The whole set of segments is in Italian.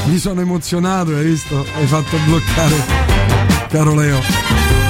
Mi sono emozionato, hai visto? Hai fatto bloccare, caro Leo.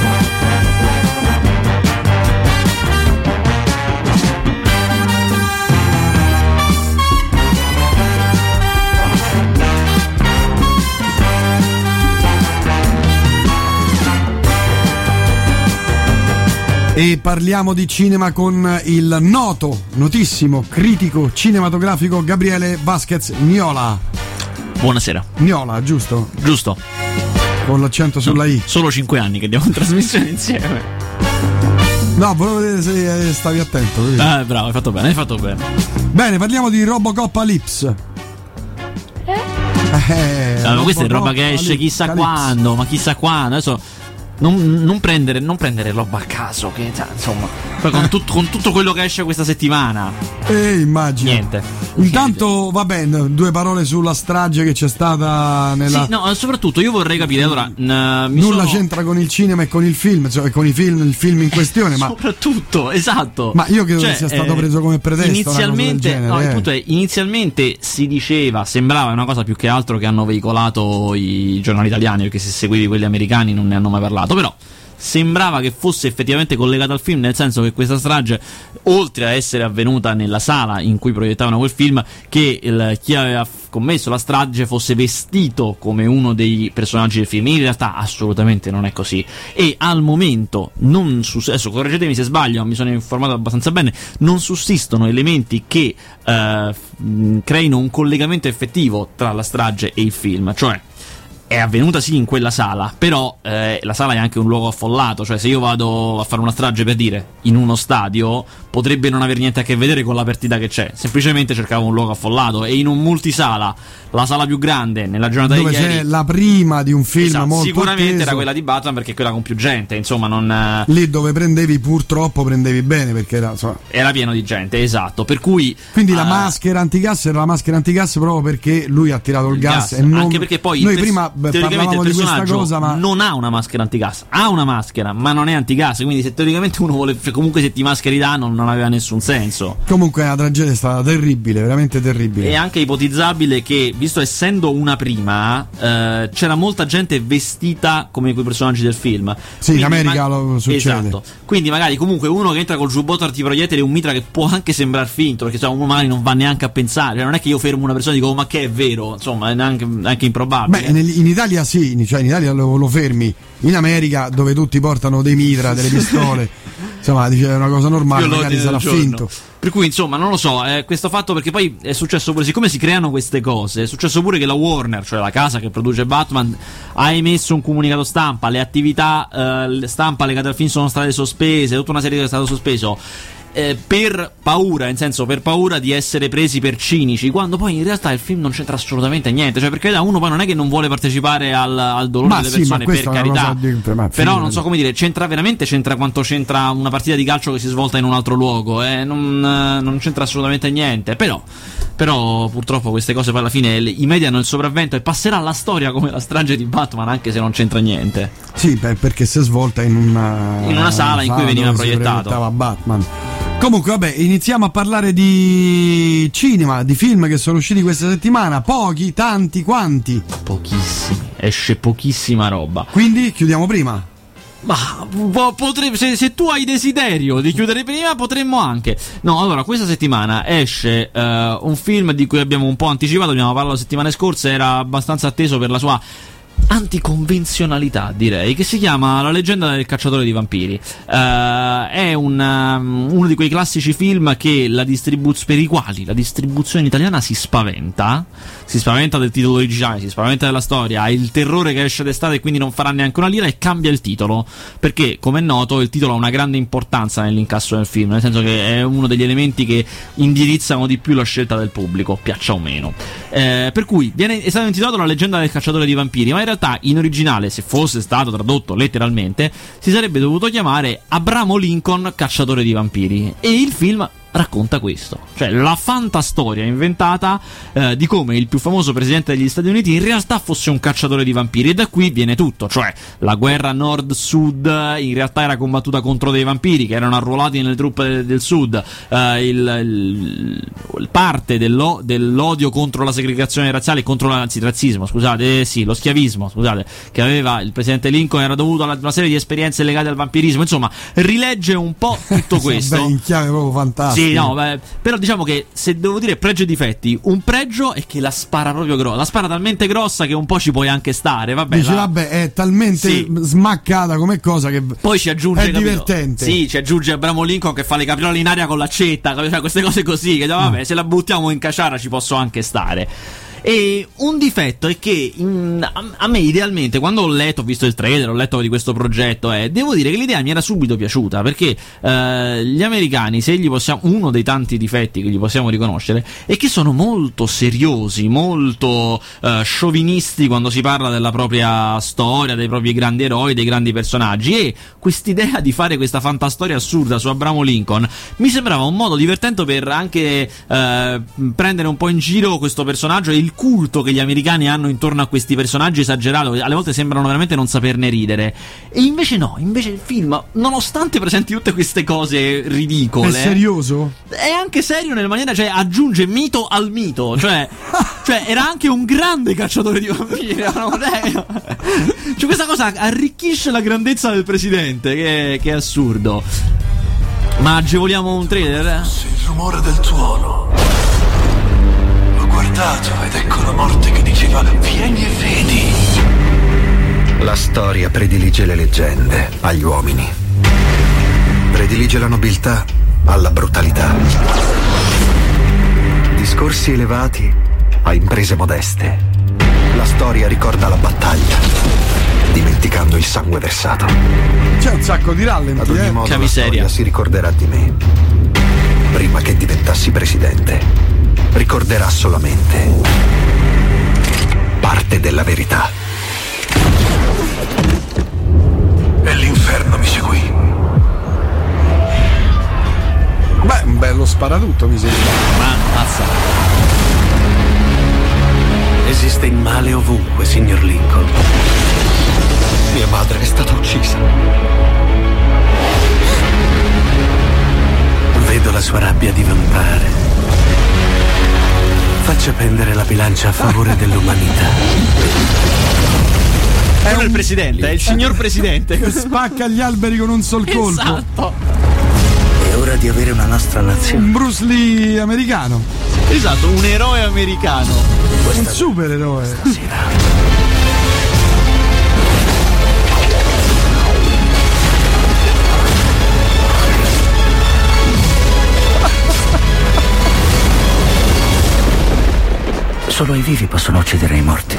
E parliamo di cinema con il notissimo critico cinematografico Gabriele Vasquez Niola. Buonasera. Niola, giusto? Giusto. Con l'accento sulla I. Solo 5 anni che diamo in trasmissione insieme. No, volevo vedere se stavi attento. Bravo, hai fatto bene. Bene, parliamo di Robocopalypse. Ma questa è roba che esce chissà quando. Adesso non prendere roba a caso, che insomma, poi con tutto quello che esce questa settimana. Immagino. Niente. Intanto va bene, 2 parole sulla strage che c'è stata nella. Sì, no, soprattutto io vorrei capire. Allora, nulla c'entra con il cinema e con il film, cioè con il film in questione, ma soprattutto, esatto. Ma io credo che sia stato preso come pretesto. Inizialmente, genere, il punto è, inizialmente si diceva, sembrava una cosa più che altro che hanno veicolato i giornali italiani, perché se seguivi quelli americani non ne hanno mai parlato, però sembrava che fosse effettivamente collegata al film, nel senso che questa strage, oltre a essere avvenuta nella sala in cui proiettavano quel film, che chi aveva commesso la strage fosse vestito come uno dei personaggi del film. In realtà assolutamente non è così, e al momento adesso correggetemi se sbaglio, mi sono informato abbastanza bene, non sussistono elementi che creino un collegamento effettivo tra la strage e il film. Cioè, è avvenuta sì in quella sala, però la sala è anche un luogo affollato, cioè se io vado a fare una strage, per dire, in uno stadio, potrebbe non aver niente a che vedere con la partita che c'è, semplicemente cercavo un luogo affollato. E in un multisala, la sala più grande nella giornata dove di ieri, c'è la prima di un film, esatto, molto sicuramente atteso, era quella di Batman, perché è quella con più gente, insomma, non lì dove purtroppo prendevi bene, perché era pieno di gente, esatto, per cui quindi la maschera antigas era la maschera antigas proprio perché lui ha tirato il gas. E non, anche perché poi noi prima teoricamente il di questa personaggio cosa, ma non ha una maschera antigas, ha una maschera ma non è antigas, quindi se teoricamente uno vuole, comunque se ti mascheri da non aveva nessun senso. Comunque la tragedia è stata terribile, veramente terribile. È anche ipotizzabile che, visto essendo una prima, c'era molta gente vestita come quei personaggi del film. Sì, quindi in America lo succede. Esatto. Quindi magari comunque uno che entra col giubbotto antiproiettile e un mitra che può anche sembrare finto, perché uno magari non va neanche a pensare, cioè, non è che io fermo una persona e dico ma che è vero, insomma, è anche improbabile. Beh, in Italia sì, cioè in Italia lo fermi. In America, dove tutti portano dei mitra, delle pistole, insomma, dice è una cosa normale, magari sarà finto. Per cui, insomma, non lo so, questo fatto, perché poi è successo pure, siccome si creano queste cose, è successo pure che la Warner, cioè la casa che produce Batman, ha emesso un comunicato stampa, le attività stampa legate al film sono state sospese, tutta una serie che è stato sospeso. Per paura di essere presi per cinici, quando poi in realtà il film non c'entra assolutamente niente, cioè perché uno poi non è che non vuole partecipare al dolore delle persone, per carità, però non so come dire, c'entra quanto c'entra una partita di calcio che si svolta in un altro luogo, non c'entra assolutamente niente, però purtroppo queste cose poi alla fine i media hanno il sopravvento e passerà alla storia come la strage di Batman, anche se non c'entra niente. Sì, perché si è svolta in una sala in cui veniva proiettato Batman. Comunque vabbè, iniziamo a parlare di cinema, di film che sono usciti questa settimana. Pochi, tanti, quanti? Pochissimi, esce pochissima roba. Quindi chiudiamo prima? Ma se tu hai desiderio di chiudere prima, potremmo anche. No, allora, questa settimana esce un film di cui abbiamo un po' anticipato, abbiamo parlato la settimana scorsa, era abbastanza atteso per la sua anticonvenzionalità, direi, che si chiama La leggenda del cacciatore di vampiri. È uno di quei classici film che per i quali la distribuzione italiana si spaventa del titolo originale, si spaventa della storia, ha il terrore che esce d'estate e quindi non farà neanche una lira, e cambia il titolo, perché come è noto il titolo ha una grande importanza nell'incasso del film, nel senso che è uno degli elementi che indirizzano di più la scelta del pubblico, piaccia o meno. Per cui è stato intitolato La leggenda del cacciatore di vampiri, ma in realtà in originale, se fosse stato tradotto letteralmente, si sarebbe dovuto chiamare Abramo Lincoln cacciatore di vampiri, e il film racconta questo, cioè la fantastoria inventata di come il più famoso presidente degli Stati Uniti in realtà fosse un cacciatore di vampiri, e da qui viene tutto, cioè la guerra nord-sud in realtà era combattuta contro dei vampiri che erano arruolati nelle truppe del sud, parte dell'odio contro la segregazione razziale, contro il razzismo, lo schiavismo, che aveva il presidente Lincoln, era dovuto a una serie di esperienze legate al vampirismo. Insomma, rilegge un po' tutto questo. In chiave proprio fantastico. Sì, no, però diciamo che se devo dire pregi e difetti, un pregio è che la spara proprio grossa, la spara talmente grossa che un po' ci puoi anche stare, vabbè, è talmente smaccata come cosa che poi ci aggiunge, è divertente. Sì, ci aggiunge Abramo Lincoln che fa le capriole in aria con l'accetta, cioè queste cose così che vabbè, se la buttiamo in caciara ci posso anche stare. E un difetto è che a me idealmente, quando ho visto il trailer, ho letto di questo progetto, devo dire che l'idea mi era subito piaciuta, perché gli americani, se gli possiamo, uno dei tanti difetti che gli possiamo riconoscere è che sono molto seriosi, molto sciovinisti quando si parla della propria storia, dei propri grandi eroi, dei grandi personaggi, e quest'idea di fare questa fantastoria assurda su Abramo Lincoln mi sembrava un modo divertente per anche prendere un po' in giro questo personaggio e il culto che gli americani hanno intorno a questi personaggi esagerato, alle volte sembrano veramente non saperne ridere, e invece no, invece il film, nonostante presenti tutte queste cose ridicole, è serioso, è anche serio nella maniera, cioè aggiunge mito al mito, cioè era anche un grande cacciatore di vampiri, cioè questa cosa arricchisce la grandezza del presidente, che è assurdo. Ma agevoliamo un trailer? Il rumore del tuono, guardato ed ecco la morte che diceva vieni e vedi. La storia predilige le leggende agli uomini, predilige la nobiltà alla brutalità, discorsi elevati a imprese modeste. La storia ricorda la battaglia, dimenticando il sangue versato. C'è un sacco di rallenti, ad ogni modo che la miseria. storia si ricorderà di me prima che diventassi presidente. Ricorderà solamente parte della verità. E l'inferno mi seguì. Beh, un bello sparatutto mi sembra. Ma pazza. Esiste il male ovunque, signor Lincoln. Mia madre è stata uccisa. Vedo la sua rabbia divampare. Faccia pendere la bilancia a favore dell'umanità. È il presidente, è il signor presidente. Spacca gli alberi con un sol colpo. Esatto. È ora di avere una nostra nazione. Un Bruce Lee americano. Esatto, un eroe americano. Un supereroe. Stasera. Solo i vivi possono uccidere i morti.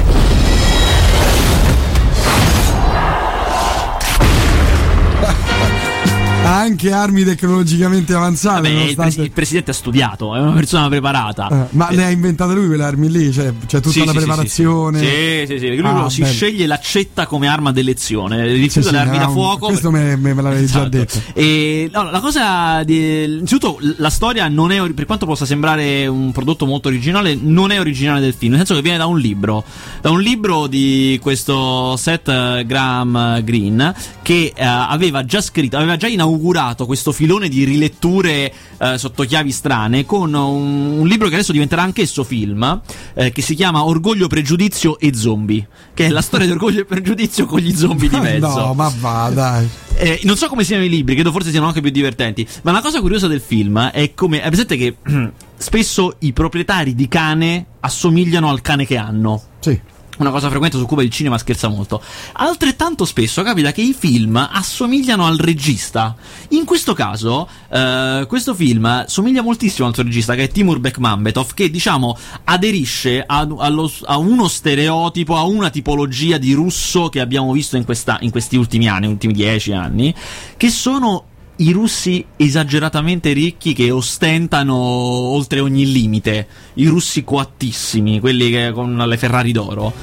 Ha anche armi tecnologicamente avanzate. Vabbè, nonostante... il presidente ha studiato, è una persona preparata. Ma le ha inventate lui quelle armi lì? C'è tutta la preparazione. Sì. Lui si sceglie l'accetta come arma d'elezione, rifiuta le armi da fuoco. Questo me l'avevi già detto. E no, la cosa innanzitutto la storia non è, per quanto possa sembrare un prodotto molto originale, non è originale del film, nel senso che viene da un libro di questo Seth Graham Greene, che aveva già inaugurato questo filone di riletture sotto chiavi strane con un libro che adesso diventerà anch'esso film, che si chiama Orgoglio, Pregiudizio e Zombie, che è la storia di Orgoglio e Pregiudizio con gli zombie di mezzo. No, ma va, dai. Non so come siano i libri, credo forse siano anche più divertenti, ma la cosa curiosa del film è come, è presente che spesso i proprietari di cane assomigliano al cane che hanno. Sì. Una cosa frequente su cui il cinema scherza molto. Altrettanto spesso capita che i film assomigliano al regista. In questo caso, questo film somiglia moltissimo al suo regista, che è Timur Bekmambetov, che diciamo aderisce a uno stereotipo, a una tipologia di russo che abbiamo visto in questi ultimi anni, ultimi 10 anni, che sono i russi esageratamente ricchi che ostentano oltre ogni limite, i russi coattissimi, quelli che con le Ferrari d'oro.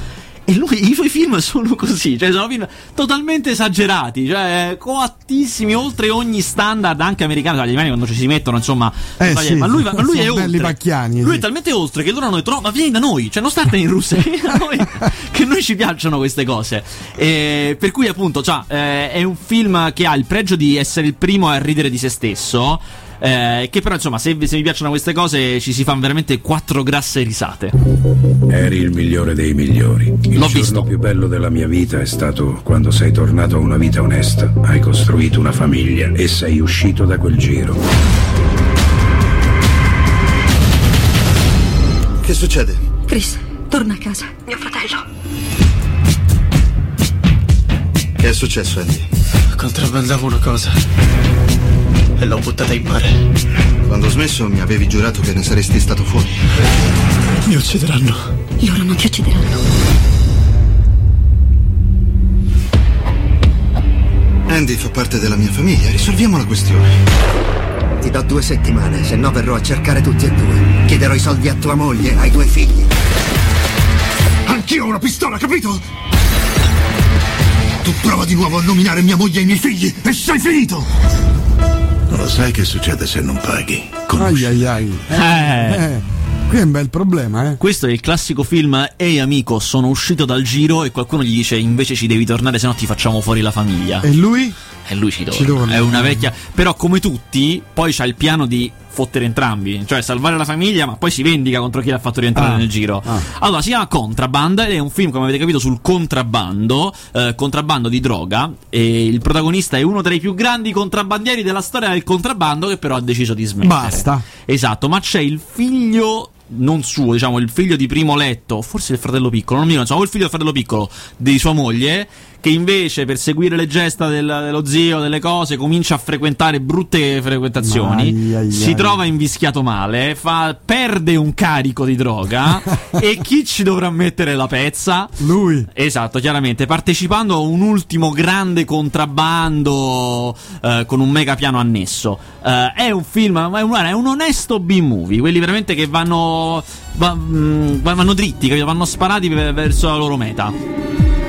E i suoi film sono così, cioè sono film totalmente esagerati, cioè coattissimi oltre ogni standard anche americano. Gli americani quando ci si mettono, insomma, sì, ma lui è oltre. Pacchiani, lui sì. è talmente oltre che loro hanno detto: no, ma vieni da noi, cioè non startene in Russia, vieni da noi, che noi ci piacciono queste cose. Per cui appunto, è un film che ha il pregio di essere il primo a ridere di se stesso. Che però insomma se vi piacciono queste cose ci si fanno veramente 4 grasse risate. Eri il migliore dei migliori. Il giorno più bello della mia vita è stato quando sei tornato a una vita onesta, hai costruito una famiglia e sei uscito da quel giro. Che succede? Chris, torna a casa. Mio fratello. Che è successo, Andy? Contrabbandavo una cosa e l'ho buttata in mare. Quando ho smesso mi avevi giurato che ne saresti stato fuori. Mi uccideranno. Loro non ti uccideranno. Andy fa parte della mia famiglia, risolviamo la questione. Ti do 2 settimane, se no verrò a cercare tutti e 2. Chiederò i soldi a tua moglie, ai 2 figli. Anch'io ho una pistola, capito? Tu prova di nuovo a nominare mia moglie e i miei figli e sei finito! Lo sai che succede se non paghi? Ai. Qui è un bel problema, Questo è il classico film: ehi amico, sono uscito dal giro, e qualcuno gli dice invece ci devi tornare, se no ti facciamo fuori la famiglia. E lui? E lui ci torna. È una vecchia. Però come tutti, poi c'ha il piano di fottere entrambi, cioè salvare la famiglia, ma poi si vendica contro chi l'ha fatto rientrare nel giro. Allora, si chiama Contraband ed è un film, come avete capito, sul contrabbando di droga, e il protagonista è uno dei più grandi contrabbandieri della storia del contrabbando, che però ha deciso di smettere. Basta. Esatto, ma c'è il figlio, non suo, diciamo il figlio di primo letto, forse il fratello piccolo, non mi ricordo, o il figlio del fratello piccolo di sua moglie, che invece per seguire le gesta dello zio, delle cose, comincia a frequentare brutte frequentazioni, si trova invischiato male, perde un carico di droga e chi ci dovrà mettere la pezza? Lui. Esatto, chiaramente, partecipando a un ultimo grande contrabbando con un mega piano annesso. È un film, è un onesto B-movie, quelli veramente che vanno dritti, capito? Vanno sparati verso la loro meta.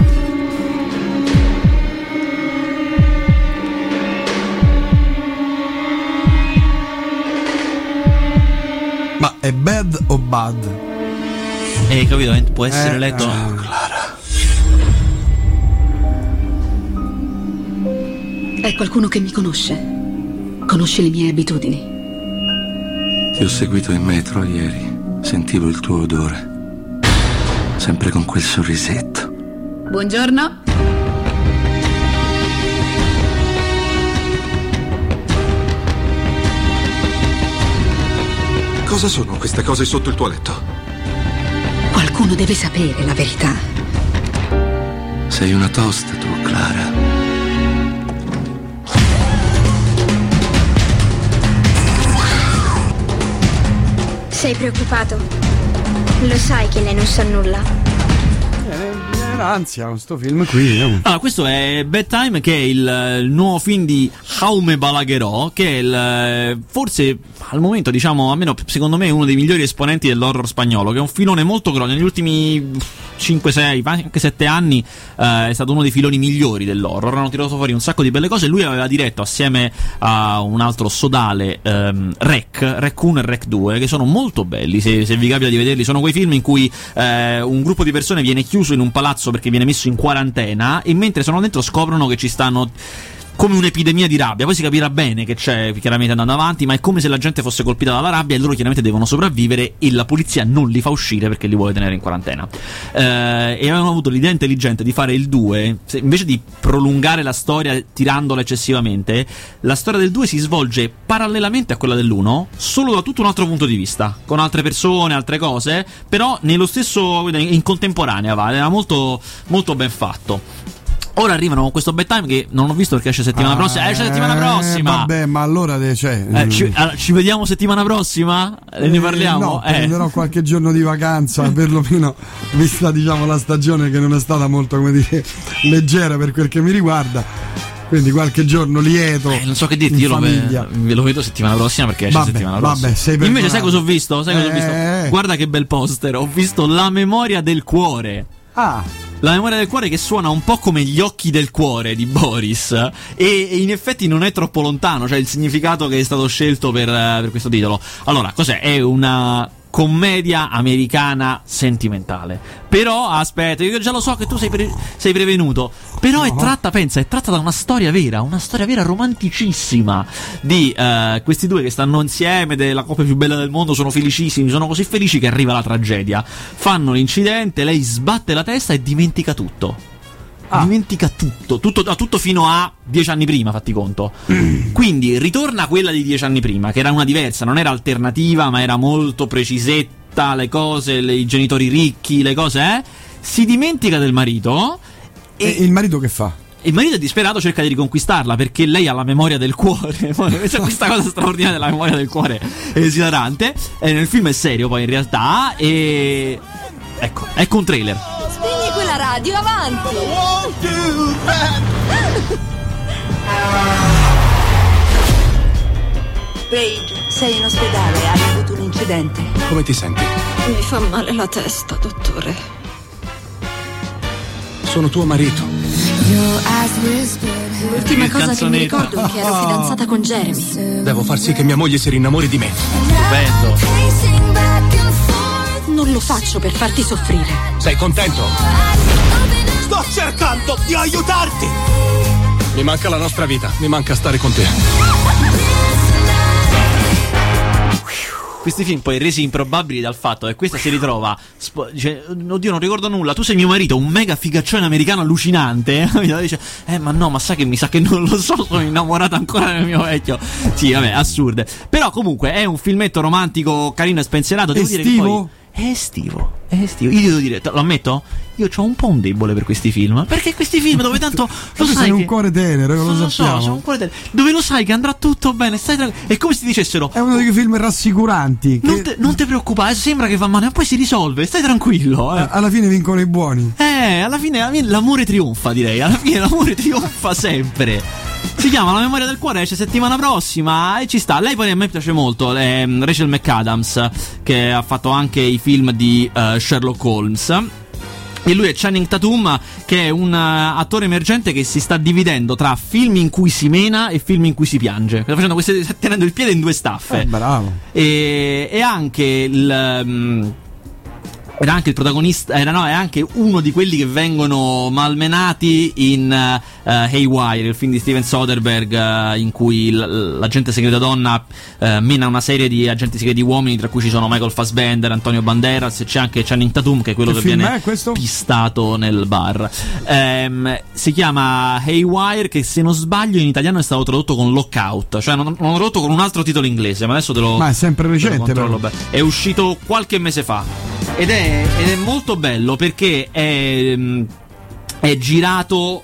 Ma è bad o bad? Capito? Può essere letto. Clara. È qualcuno che mi conosce. Conosce le mie abitudini. Ti ho seguito in metro ieri. Sentivo il tuo odore. Sempre con quel sorrisetto. Buongiorno. Cosa sono queste cose sotto il tuo letto? Qualcuno deve sapere la verità. Sei una tosta tu, Clara. Sei preoccupato? Lo sai che lei non sa nulla? Ansia con sto film qui. Allora, questo è Bedtime, che è il nuovo film di Jaume Balagueró, che è forse al momento, diciamo, almeno secondo me, uno dei migliori esponenti dell'horror spagnolo, che è un filone molto grosso. Negli ultimi 5-6, anche 7 anni è stato uno dei filoni migliori dell'horror. Hanno tirato fuori un sacco di belle cose. Lui aveva diretto assieme a un altro sodale Rec 1 e Rec 2, che sono molto belli, se vi capita di vederli. Sono quei film in cui un gruppo di persone viene chiuso in un palazzo perché viene messo in quarantena, e mentre sono dentro scoprono che ci stanno come un'epidemia di rabbia. Poi si capirà bene che c'è, chiaramente, andando avanti, ma è come se la gente fosse colpita dalla rabbia e loro chiaramente devono sopravvivere, e la polizia non li fa uscire perché li vuole tenere in quarantena. E avevano avuto l'idea intelligente di fare il 2, invece di prolungare la storia tirandola eccessivamente. La storia del 2 si svolge parallelamente a quella dell'1, solo da tutto un altro punto di vista, con altre persone, altre cose, però nello stesso, in contemporanea, era molto, molto ben fatto. Ora arrivano con questo Bedtime che non ho visto perché esce settimana prossima. Esce settimana prossima! Vabbè, ma allora ci vediamo settimana prossima? Ne parliamo? No, prenderò qualche giorno di vacanza, perlomeno vista, diciamo, la stagione che non è stata molto, come dire, leggera per quel che mi riguarda. Quindi qualche giorno lieto. Non so che dirti, io lo vedo settimana prossima perché esce settimana prossima. Invece sai cosa ho visto? Guarda che bel poster, ho visto La memoria del cuore. La memoria del cuore che suona un po' come Gli occhi del cuore di Boris, e in effetti non è troppo lontano, cioè il significato che è stato scelto per questo titolo. Allora, cos'è? È una commedia americana sentimentale. Però aspetta, io già lo so che tu sei prevenuto. Però è tratta da una storia vera romanticissima di questi due che stanno insieme, della coppia più bella del mondo, sono felicissimi, sono così felici che arriva la tragedia. Fanno l'incidente, lei sbatte la testa e dimentica tutto. Dimentica tutto fino a 10 anni prima, fatti conto. Quindi ritorna quella di 10 anni prima, che era una diversa, non era alternativa, ma era molto precisetta, le cose, i genitori ricchi, le cose, si dimentica del marito. E il marito che fa? Il marito è disperato, cerca di riconquistarla perché lei ha la memoria del cuore. Questa cosa straordinaria della memoria del cuore è esilarante. Nel film è serio poi in realtà. E ecco un trailer. Spegni quella radio, avanti! Paige, sei in ospedale, hai avuto un incidente. Come ti senti? Mi fa male la testa, dottore. Sono tuo marito. L'ultima cosa che mi ricordo è che ero fidanzata con Jeremy. Devo far sì che mia moglie si rinnamori di me. Stupendo. Non lo faccio per farti soffrire. Sei contento? Sto cercando di aiutarti! Mi manca la nostra vita, mi manca stare con te. Questi film poi resi improbabili dal fatto che questa si ritrova dice, oddio non ricordo nulla, tu sei mio marito, un mega figaccione americano allucinante. Dice, ma no, ma sa che mi sa che non lo so, sono innamorata ancora del mio vecchio. Sì, vabbè, assurde. Però comunque è un filmetto romantico, carino e spensierato. Devo dire che poi è estivo. Io devo dire, lo ammetto, io ho un po' un debole per questi film. Perché questi film dove tanto lo sai sei che un cuore tenero, lo sappiamo. Sono un cuore tenero, dove lo sai che andrà tutto bene, stai tranquillo. È come se ti dicessero, è uno di quei film rassicuranti che... non ti preoccupare, sembra che fa male, ma poi si risolve, stai tranquillo. Alla fine vincono i buoni. Alla fine l'amore trionfa, direi. Alla fine l'amore trionfa sempre. Si chiama La memoria del cuore, esce settimana prossima e ci sta. Lei poi a me piace molto, Rachel McAdams, che ha fatto anche i film di Sherlock Holmes. E lui è Channing Tatum, che è un attore emergente che si sta dividendo tra film in cui si mena e film in cui si piange. Sta facendo tenendo il piede in due staffe. Bravo. E anche era anche il protagonista, è anche uno di quelli che vengono malmenati in Haywire, il film di Steven Soderbergh, in cui l'agente segreta donna mena una serie di agenti segreti uomini, tra cui ci sono Michael Fassbender, Antonio Banderas, e c'è anche Channing Tatum, che è quello che viene pistato nel bar. Si chiama Haywire, che se non sbaglio in italiano è stato tradotto con Lockout, cioè non tradotto con un altro titolo inglese, ma adesso ma è sempre recente, però. È uscito qualche mese fa ed è molto bello perché è girato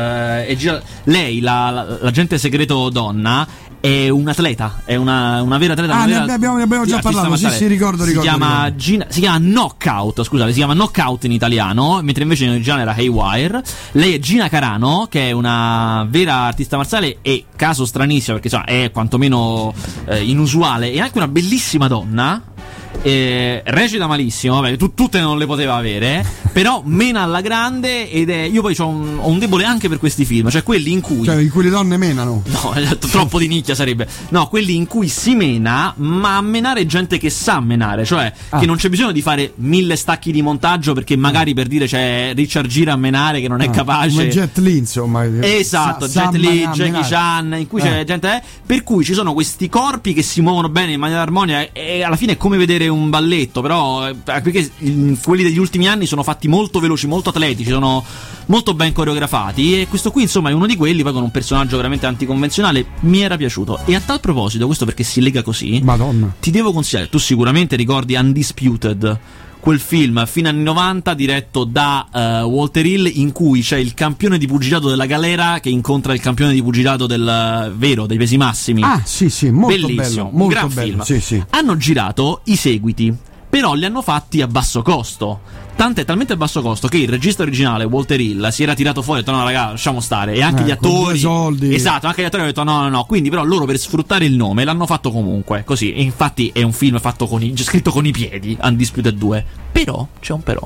lei, l'agente segreto donna, è un atleta, è una vera atleta. Ne abbiamo già parlato, sì, ricordo. Si chiama Knockout, scusate, si chiama Knockout in italiano, mentre invece in originale era Haywire. Lei è Gina Carano, che è una vera artista marziale e, caso stranissimo perché insomma è quantomeno inusuale, è anche una bellissima donna. Recita malissimo, vabbè, tutte non le poteva avere, però mena alla grande. Ed io poi ho un debole anche per questi film, cioè quelli in cui le donne menano. No, troppo di nicchia sarebbe. No, quelli in cui si mena, ma a menare gente che sa menare, cioè che non c'è bisogno di fare 1000 stacchi di montaggio, perché magari per dire c'è Richard Gere a menare che non è capace, come Jet Li, insomma. Esatto, Jet Li, Jackie Chan, in cui c'è gente per cui ci sono questi corpi che si muovono bene in maniera armonica, e alla fine è come vedere un balletto, però perché quelli degli ultimi anni sono fatti molto veloci, molto atletici, sono molto ben coreografati, e questo qui insomma è uno di quelli, poi con un personaggio veramente anticonvenzionale. Mi era piaciuto. E a tal proposito, questo perché si lega così, Madonna, ti devo consigliare, tu sicuramente ricordi Undisputed, quel film fine anni 90 diretto da Walter Hill, in cui c'è il campione di pugilato della galera che incontra il campione di pugilato del vero, dei pesi massimi. Sì, molto bellissimo, bello, molto un gran bello, film. Sì. Hanno girato i seguiti, però li hanno fatti a basso costo. Talmente a basso costo che il regista originale, Walter Hill, si era tirato fuori e ha detto no raga, lasciamo stare. E anche gli attori, soldi. Esatto, anche gli attori hanno detto no. Quindi però loro, per sfruttare il nome, l'hanno fatto comunque così. E infatti è un film fatto scritto con i piedi, Undisputed 2. Però c'è un però.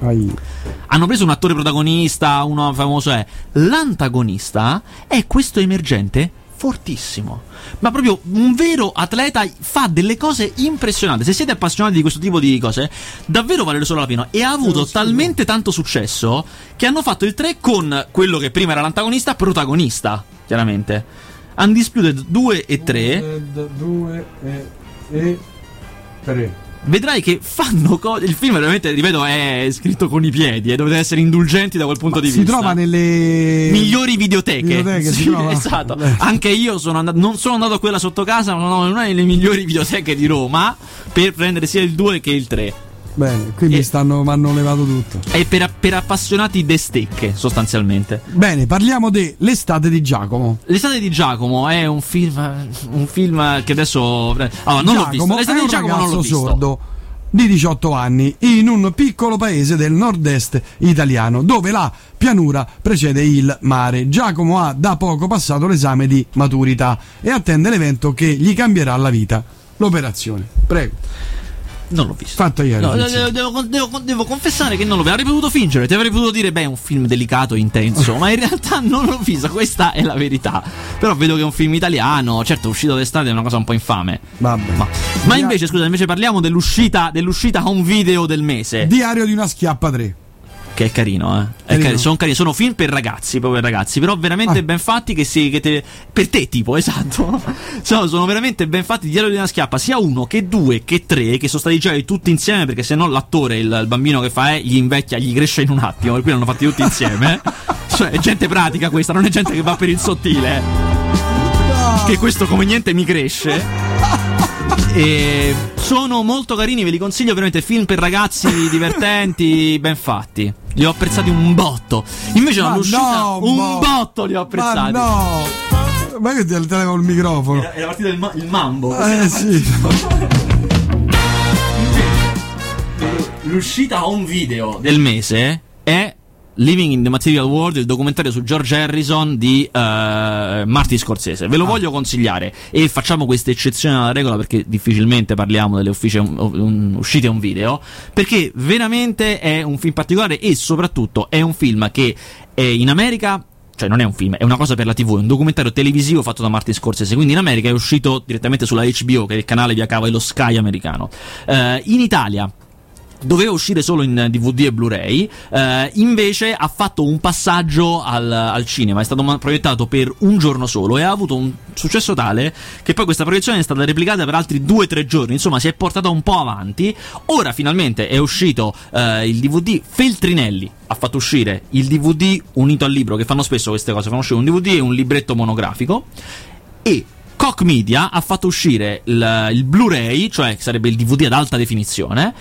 Hanno preso un attore protagonista, uno famoso l'antagonista è questo emergente fortissimo, ma proprio un vero atleta, fa delle cose impressionanti. Se siete appassionati di questo tipo di cose, davvero vale solo la pena. E ha avuto talmente tanto successo che hanno fatto il 3 con quello che prima era l'antagonista protagonista, chiaramente. Undisputed 2 e 3. 2 e 3. Vedrai che fanno cose. Il film veramente, ripeto, è scritto con i piedi e dovete essere indulgenti da quel punto di vista. Si trova nelle migliori videoteche. Sì, esatto. Anche io non sono andato a quella sotto casa, ma sono in una delle migliori videoteche di Roma per prendere sia il 2 che il 3. Bene, qui mi hanno levato tutto. È per appassionati de stecche, sostanzialmente. Bene, parliamo dell'Estate di Giacomo. L'Estate di Giacomo è un film che adesso non l'ho visto. L'Estate di Giacomo non l'ho visto. Sordo di 18 anni in un piccolo paese del nord-est italiano, dove la pianura precede il mare. Giacomo ha da poco passato l'esame di maturità e attende l'evento che gli cambierà la vita, l'operazione. Prego. Non l'ho visto. Fatto ieri. No, devo confessare che non l'ho visto. Avrei potuto fingere, ti avrei potuto dire, è un film delicato e intenso, ma in realtà non l'ho visto, questa è la verità. Però vedo che è un film italiano, certo, uscito d'estate è una cosa un po' infame. Vabbè. Ma invece, scusa, parliamo dell'uscita home video del mese. Diario di una schiappa 3. Che è carino, sono carini, sono film per ragazzi, proprio per ragazzi, però veramente ben fatti per te, tipo, esatto. Sono veramente ben fatti. Diario di una schiappa, sia 1 che 2 che 3, che sono stati girati tutti insieme, perché sennò l'attore, il bambino che fa gli invecchia, gli cresce in un attimo, per cui l'hanno fatti tutti insieme. Cioè, è gente pratica questa, non è gente che va per il sottile. Che questo come niente mi cresce. E sono molto carini, ve li consiglio veramente, film per ragazzi divertenti, ben fatti. Li ho apprezzati un botto. Invece all'uscita un botto li ho apprezzati. Ma che ti levo il microfono? Era partito il mambo. Sì. L'uscita home video del mese è Living in the Material World, il documentario su George Harrison di Martin Scorsese. Ve lo voglio consigliare, e facciamo questa eccezione alla regola perché difficilmente parliamo delle uscite un video, perché veramente è un film particolare, e soprattutto è un film che è in America, cioè non è un film, è una cosa per la TV, è un documentario televisivo fatto da Martin Scorsese, quindi in America è uscito direttamente sulla HBO, che è il canale via cavo, è lo Sky americano. In Italia doveva uscire solo in DVD e Blu-ray, invece ha fatto un passaggio al cinema, è stato proiettato per un giorno solo e ha avuto un successo tale che poi questa proiezione è stata replicata per altri 2-3 giorni, insomma si è portata un po' avanti. Ora finalmente è uscito il DVD. Feltrinelli ha fatto uscire il DVD unito al libro, che fanno spesso queste cose, fanno uscire un DVD e un libretto monografico, e Koch Media ha fatto uscire il Blu-ray, cioè sarebbe il DVD ad alta definizione,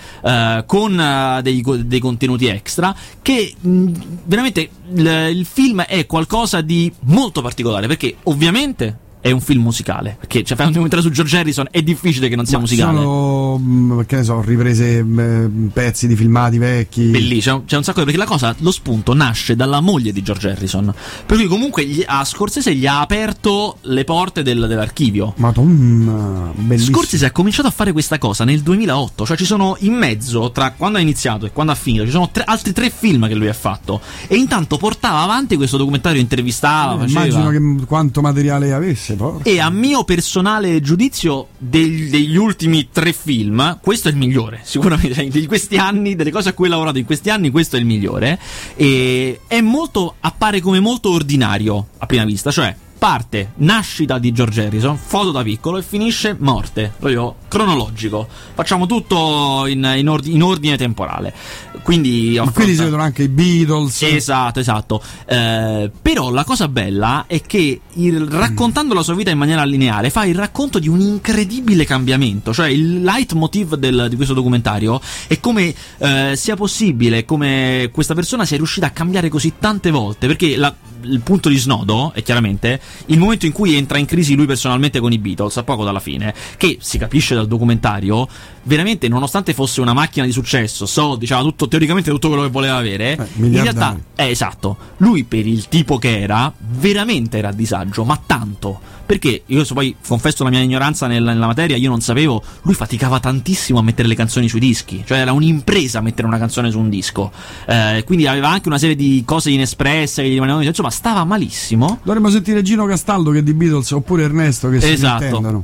con dei contenuti extra, che veramente il film è qualcosa di molto particolare, perché ovviamente è un film musicale, perché fai un documentario su George Harrison, è difficile che non sia musicale. Sono, che ne so, riprese pezzi di filmati vecchi. Bellissimo, c'è un sacco, perché lo spunto nasce dalla moglie di George Harrison, per cui comunque a Scorsese gli ha aperto le porte dell'archivio. Madonna, bellissimo. Scorsese ha cominciato a fare questa cosa nel 2008, cioè ci sono in mezzo, tra quando ha iniziato e quando ha finito, ci sono altri 3 film che lui ha fatto, e intanto portava avanti questo documentario, intervistava, immagino che quanto materiale avesse. E a mio personale giudizio degli ultimi 3 film, questo è il migliore, sicuramente, di questi anni, delle cose a cui ho lavorato in questi anni, questo è il migliore. E appare come molto ordinario a prima vista, cioè parte nascita di George Harrison, foto da piccolo, e finisce morte, proprio cronologico. Facciamo tutto in ordine temporale. Quindi si vedono anche i Beatles. Esatto. Però la cosa bella è che raccontando la sua vita in maniera lineare fa il racconto di un incredibile cambiamento. Cioè il leitmotiv di questo documentario è come sia possibile, come questa persona sia riuscita a cambiare così tante volte, perché il punto di snodo è chiaramente il momento in cui entra in crisi lui personalmente con i Beatles, a poco dalla fine, che si capisce dal documentario, veramente, nonostante fosse una macchina di successo, diciamo tutto, teoricamente tutto quello che voleva avere, in realtà esatto, lui per il tipo che era veramente era a disagio, ma tanto, Perché io poi confesso la mia ignoranza nella materia, io non sapevo, lui faticava tantissimo a mettere le canzoni sui dischi, cioè era un'impresa mettere una canzone su un disco, quindi aveva anche una serie di cose inespresse che gli rimanevano, insomma stava malissimo. Dovremmo sentire Gino Castaldo che è di Beatles, oppure Ernesto che si intendono.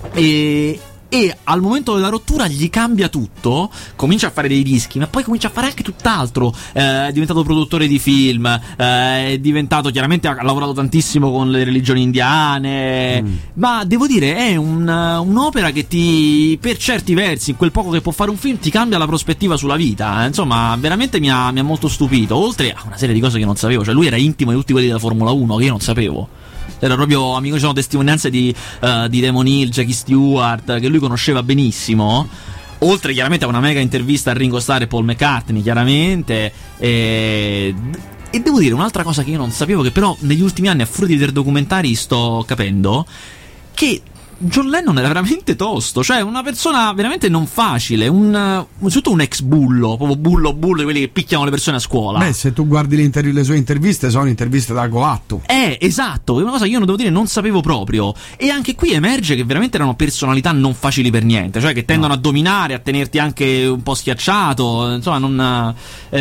E al momento della rottura gli cambia tutto, comincia a fare dei dischi, ma poi comincia a fare anche tutt'altro. È diventato produttore di film, è diventato, chiaramente ha lavorato tantissimo con le religioni indiane, ma devo dire è un'opera che per certi versi, in quel poco che può fare un film, ti cambia la prospettiva sulla vita. Insomma, veramente mi ha molto stupito, oltre a una serie di cose che non sapevo. Cioè lui era intimo di tutti quelli della Formula 1 che io non sapevo. Era proprio amico, ci sono testimonianze di Damon Hill, Jackie Stewart, che lui conosceva benissimo. Oltre chiaramente a una mega intervista a Ringo Starr e Paul McCartney, chiaramente. E devo dire un'altra cosa che io non sapevo, che però negli ultimi anni, a furia di vedere documentari, sto capendo che John Lennon era veramente tosto, cioè una persona veramente non facile, soprattutto un ex bullo, proprio bullo di quelli che picchiano le persone a scuola. Beh, se tu guardi le sue interviste, sono interviste da coatto. Esatto, è una cosa che io devo dire non sapevo proprio. E anche qui emerge che veramente erano personalità non facili per niente, cioè che tendono a dominare, a tenerti anche un po' schiacciato, insomma non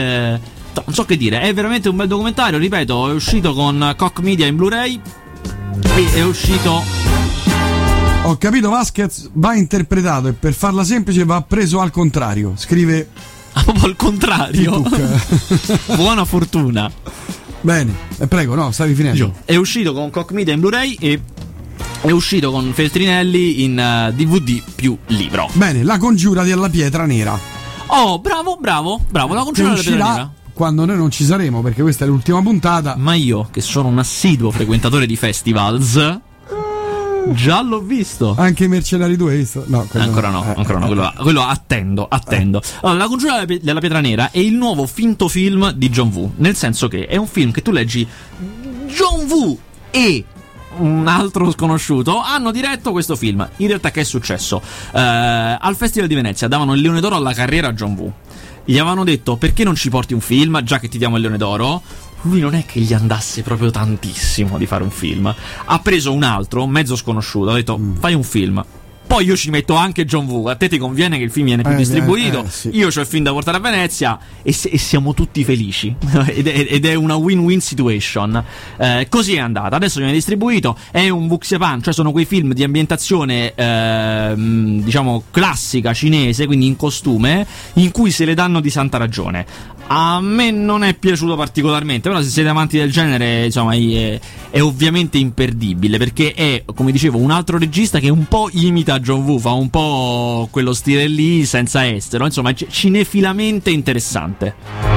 so che dire. È veramente un bel documentario, ripeto, è uscito con Koch Media in Blu-ray e è uscito... Ho capito, Vasquez va interpretato e per farla semplice va preso al contrario. Scrive proprio al contrario. Buona fortuna. Bene, prego, no, stavi finendo. È uscito con Koch Media in Blu-ray e è uscito con Feltrinelli in DVD più libro. Bene, La congiura della pietra nera. Oh, bravo, La congiura della pietra nera. Quando noi non ci saremo, perché questa è l'ultima puntata. Ma io, che sono un assiduo frequentatore di festivals, già l'ho visto. Anche i Mercenari 2 hai visto? No, ancora no. Quello attendo. Allora, La congiura della pietra nera è il nuovo finto film di John Woo, nel senso che è un film che tu leggi John Woo e un altro sconosciuto hanno diretto questo film. In realtà che è successo? Al Festival di Venezia davano il Leone d'Oro alla carriera a John Woo. Gli avevano detto: perché non ci porti un film, già che ti diamo il Leone d'Oro? Lui non è che gli andasse proprio tantissimo di fare un film. Ha preso un altro, mezzo sconosciuto, ha detto: fai un film. Poi io ci metto anche John Woo. A te ti conviene che il film viene più distribuito. Sì. Io c'ho il film da portare a Venezia e siamo tutti felici. ed è una win-win situation. Così è andata. Adesso viene distribuito. È un wuxia-pan, cioè sono quei film di ambientazione diciamo classica cinese, quindi in costume, in cui se le danno di santa ragione. A me non è piaciuto particolarmente, però se siete amanti del genere, insomma, è ovviamente imperdibile, perché è, come dicevo, un altro regista che un po' imita John Woo, fa un po' quello stile lì senza estero, insomma, cinefilamente interessante.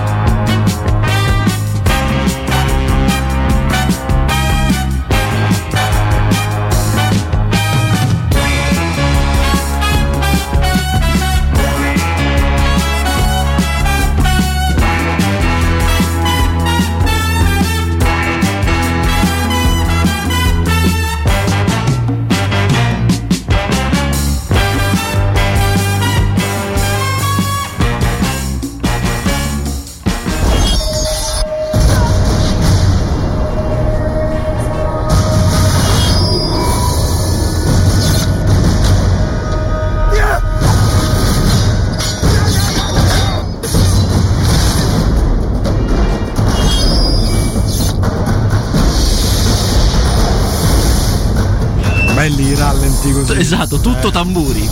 Belli rallenti così. Esatto, tutto tamburi.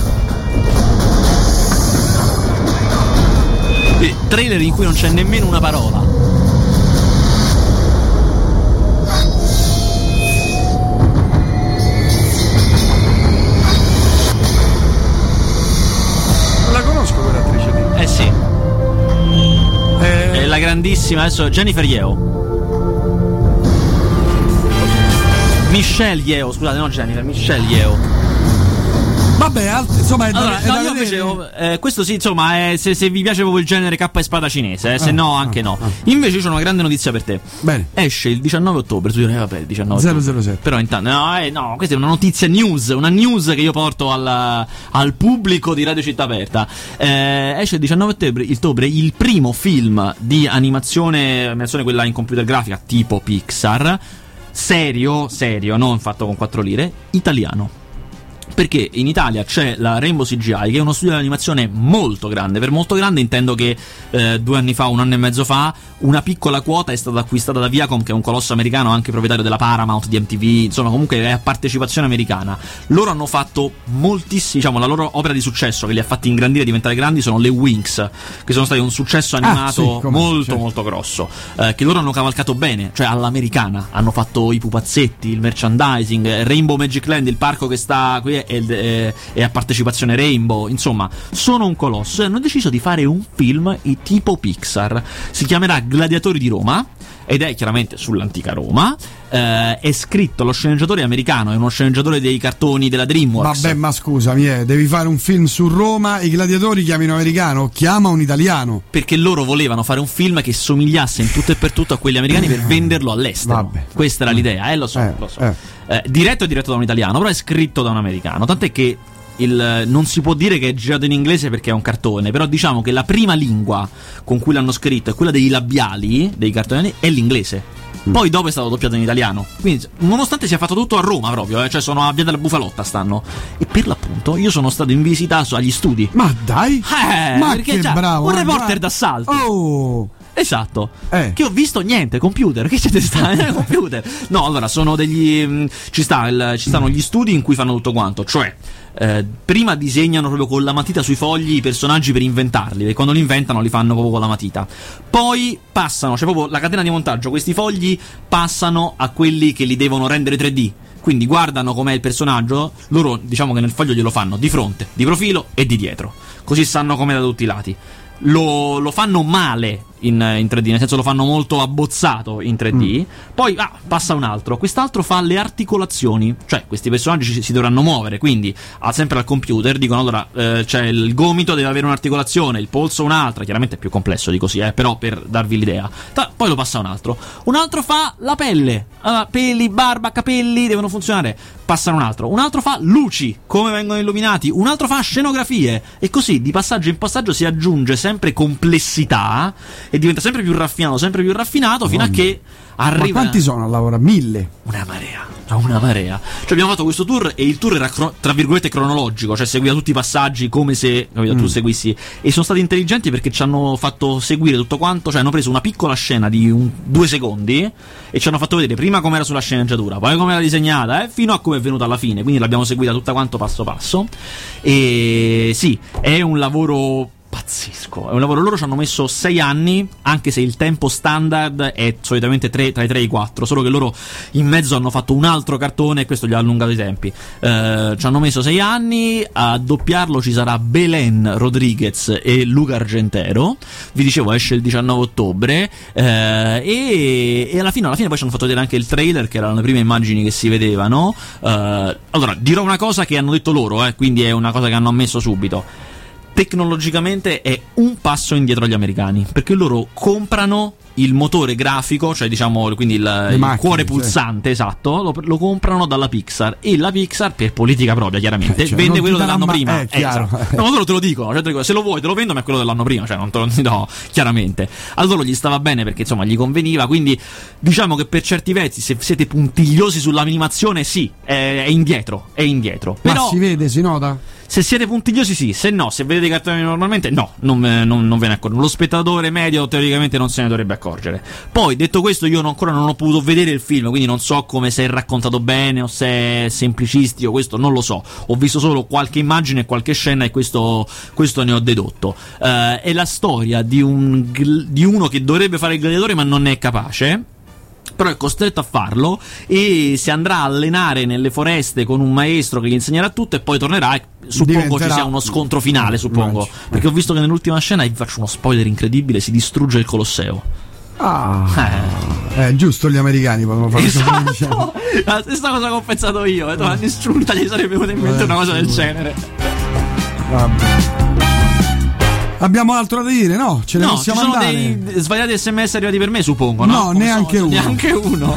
Trailer in cui non c'è nemmeno una parola. La conosco quell'attrice lì. Sì. È la grandissima, adesso Jennifer Yeo. Michelle Yeo, scusate, no Jennifer, Michelle Yeo. Vabbè, insomma, è allora, no, io invece, questo sì, insomma, se vi piace proprio il genere K e spada cinese, se no anche no. Invece c'ho una grande notizia per te. Bene. Esce il 19 ottobre, tu dirai vabbè, il 19 ottobre. 007. Però intanto no, questa è una notizia una news che io porto al pubblico di Radio Città Aperta. Esce il 19 ottobre il primo film di animazione quella in computer grafica tipo Pixar, serio, non fatto con 4 lire, italiano. Perché in Italia c'è la Rainbow CGI, che è uno studio di animazione molto grande. Per molto grande intendo che 2 anni fa, 1 anno e mezzo fa, una piccola quota è stata acquistata da Viacom, che è un colosso americano, anche proprietario della Paramount, di MTV, insomma comunque è a partecipazione americana. Loro hanno fatto moltissimi, diciamo, la loro opera di successo che li ha fatti ingrandire e diventare grandi sono le Winx, che sono stati un successo animato molto grosso, che loro hanno cavalcato bene, cioè all'americana. Hanno fatto i pupazzetti, il merchandising, Rainbow Magic Land, il parco che sta qui è a partecipazione Rainbow, insomma sono un colosso e hanno deciso di fare un film tipo Pixar. Si chiamerà Gladiatori di Roma ed è chiaramente sull'antica Roma. È scritto, lo sceneggiatore è americano, è uno sceneggiatore dei cartoni della DreamWorks. Vabbè, ma scusami, devi fare un film su Roma, i gladiatori chiamino americano, chiama un italiano. Perché loro volevano fare un film che somigliasse in tutto e per tutto a quelli americani per venderlo all'estero. Vabbè. Questa era l'idea, lo so. Diretto è diretto da un italiano, però è scritto da un americano, tant'è che non si può dire che è girato in inglese perché è un cartone, però diciamo che la prima lingua con cui l'hanno scritto è quella dei labiali, dei cartoni, è l'inglese. Poi dopo è stato doppiato in italiano. Quindi nonostante sia fatto tutto a Roma proprio, cioè sono a Via della Bufalotta stanno. E per l'appunto io sono stato in visita agli studi. Ma dai! Ma perché che bravo! Un reporter d'assalto. Oh! Esatto, che ho visto niente, computer, che c'è sta? Computer. No, allora sono degli ci stanno gli studi in cui fanno tutto quanto, cioè prima disegnano proprio con la matita sui fogli i personaggi per inventarli, perché quando li inventano li fanno proprio con la matita. Poi passano, cioè proprio la catena di montaggio, questi fogli passano a quelli che li devono rendere 3D. Quindi guardano com'è il personaggio, loro diciamo che nel foglio glielo fanno di fronte, di profilo e di dietro, così sanno com'è da tutti i lati. Lo fanno male in 3D, nel senso lo fanno molto abbozzato in 3D. Poi passa un altro, quest'altro fa le articolazioni, cioè questi personaggi si dovranno muovere, quindi sempre al computer dicono allora c'è il gomito deve avere un'articolazione, il polso un'altra, chiaramente è più complesso di così, però per darvi l'idea. Poi lo passa un altro fa la pelle, peli, barba, capelli devono funzionare, passa un altro fa luci, come vengono illuminati, un altro fa scenografie, e così di passaggio in passaggio si aggiunge sempre complessità e diventa sempre più raffinato fino a che arriva. Ma quanti sono a lavorare? 1000? Una marea. Cioè abbiamo fatto questo tour e il tour era tra virgolette cronologico, cioè seguiva tutti i passaggi come se tu seguissi, e sono stati intelligenti perché ci hanno fatto seguire tutto quanto, cioè hanno preso una piccola scena di 2 secondi e ci hanno fatto vedere prima com'era sulla sceneggiatura, poi com'era disegnata, fino a come è venuta alla fine, quindi l'abbiamo seguita tutta quanto passo passo. E sì, è un lavoro pazzesco, è un lavoro. Loro ci hanno messo 6 anni, anche se il tempo standard è solitamente tra i 3 e i 4, solo che loro in mezzo hanno fatto un altro cartone e questo gli ha allungato i tempi. Ci hanno messo 6 anni a doppiarlo. Ci sarà Belen Rodriguez e Luca Argentero, vi dicevo esce il 19 ottobre e alla fine poi ci hanno fatto vedere anche il trailer, che erano le prime immagini che si vedevano. Allora dirò una cosa che hanno detto loro, quindi è una cosa che hanno ammesso subito: tecnologicamente è un passo indietro agli americani, perché loro comprano il motore grafico, cioè diciamo quindi il cuore pulsante, esatto, lo comprano dalla Pixar, e la Pixar per politica propria chiaramente vende quello dell'anno prima. Esatto. No, loro te lo dicono, cioè, se lo vuoi te lo vendo, ma è quello dell'anno prima, cioè non te lo do chiaramente. A loro gli stava bene perché insomma gli conveniva, quindi diciamo che per certi versi, se siete puntigliosi sull'animazione, sì, è indietro. Però ma si vede, si nota? Se siete puntigliosi sì, se no, se vedete i cartoni normalmente no, non ve ne accorgono. Lo spettatore medio teoricamente non se ne dovrebbe accorgere. Poi, detto questo, io ancora non ho potuto vedere il film, quindi non so come se è raccontato bene o se è semplicistico, questo non lo so. Ho visto solo qualche immagine e qualche scena e questo ne ho dedotto. È la storia di uno che dovrebbe fare il gladiatore ma non è capace, però è costretto a farlo e si andrà a allenare nelle foreste con un maestro che gli insegnerà tutto e poi tornerà e suppongo ci sia uno scontro finale, suppongo, perché ho visto che nell'ultima scena, vi faccio uno spoiler incredibile, si distrugge il Colosseo. Giusto, gli americani potevano fare, esatto. La stessa cosa che ho pensato io, a nessuno gli sarebbe venuta in mente una cosa del genere. Vabbè. Abbiamo altro da dire? No, ce ne possiamo andare. Ci sono dei svariati SMS arrivati per me, suppongo, no? No, neanche uno.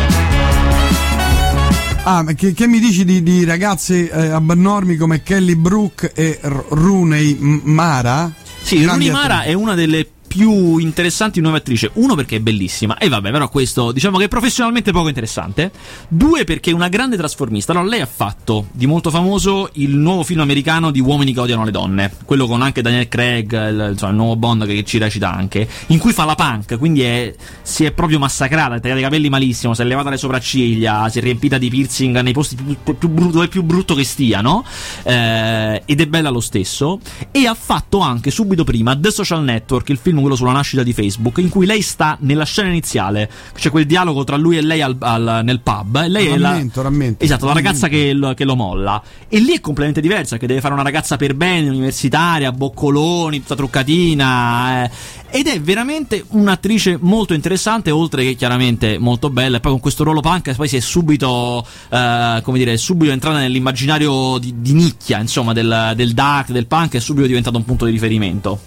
Vabbè. Che mi dici di ragazze abnormi come Kelly Brook e Rooney Mara? Sì, Rooney Mara è una delle più interessanti di Nuova Attrice. Uno, perché è bellissima, e vabbè, però questo diciamo che è professionalmente poco interessante. Due, perché è una grande trasformista. Allora, lei ha fatto di molto famoso il nuovo film americano di Uomini che odiano le donne, quello con anche Daniel Craig, il nuovo Bond che ci recita anche, in cui fa la punk, quindi si è proprio massacrata, ha tagliato i capelli malissimo, si è levata le sopracciglia, si è riempita di piercing nei posti dove è più brutto che stia, no? Ed è bella lo stesso. E ha fatto anche subito prima The Social Network, il film quello sulla nascita di Facebook, in cui lei sta nella scena iniziale, c'è quel dialogo tra lui e lei nel pub, e lei rammento. Esatto, la ragazza che lo molla, e lì è completamente diversa, perché deve fare una ragazza per bene, universitaria, boccoloni, tutta truccatina, ed è veramente un'attrice molto interessante, oltre che chiaramente molto bella. E poi con questo ruolo punk poi si è subito subito entrata nell'immaginario di nicchia, insomma, del dark, del punk, è subito diventato un punto di riferimento.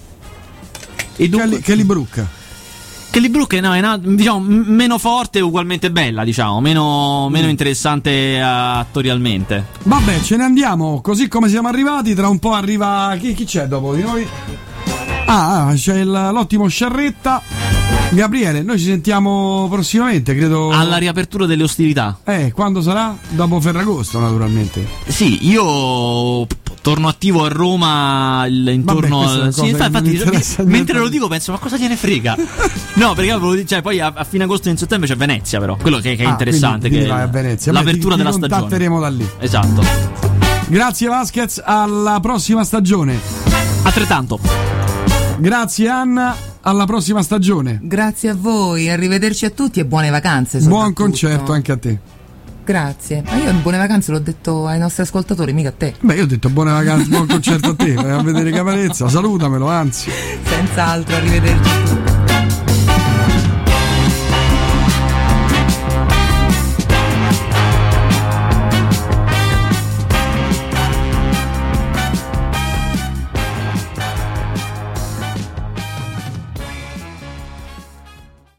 E dunque, Kelly Brook è diciamo meno forte, ugualmente bella, diciamo meno interessante attorialmente. Vabbè, ce ne andiamo così come siamo arrivati. Tra un po' arriva chi c'è dopo di noi? C'è l'ottimo Sciarretta. Gabriele, noi ci sentiamo prossimamente, credo alla riapertura delle ostilità. Quando sarà? Dopo Ferragosto, naturalmente. Sì, io torno attivo a Roma intorno. Sì, infatti, mentre lo dico penso, ma cosa gliene frega? No, perché poi a fine agosto e in settembre c'è Venezia, però quello che è interessante, quindi che vai a Venezia. L'apertura della stagione. Ti contatteremo da lì. Esatto. Grazie Vasquez, alla prossima stagione. Altrettanto. Grazie Anna, alla prossima stagione. Grazie a voi, arrivederci a tutti e buone vacanze. Buon concerto anche a te. Grazie. Ma io buone vacanze l'ho detto ai nostri ascoltatori, mica a te. Beh, io ho detto buone vacanze, buon concerto a te. Vai a vedere Caparezza, salutamelo, anzi. Senz'altro, arrivederci a tutti.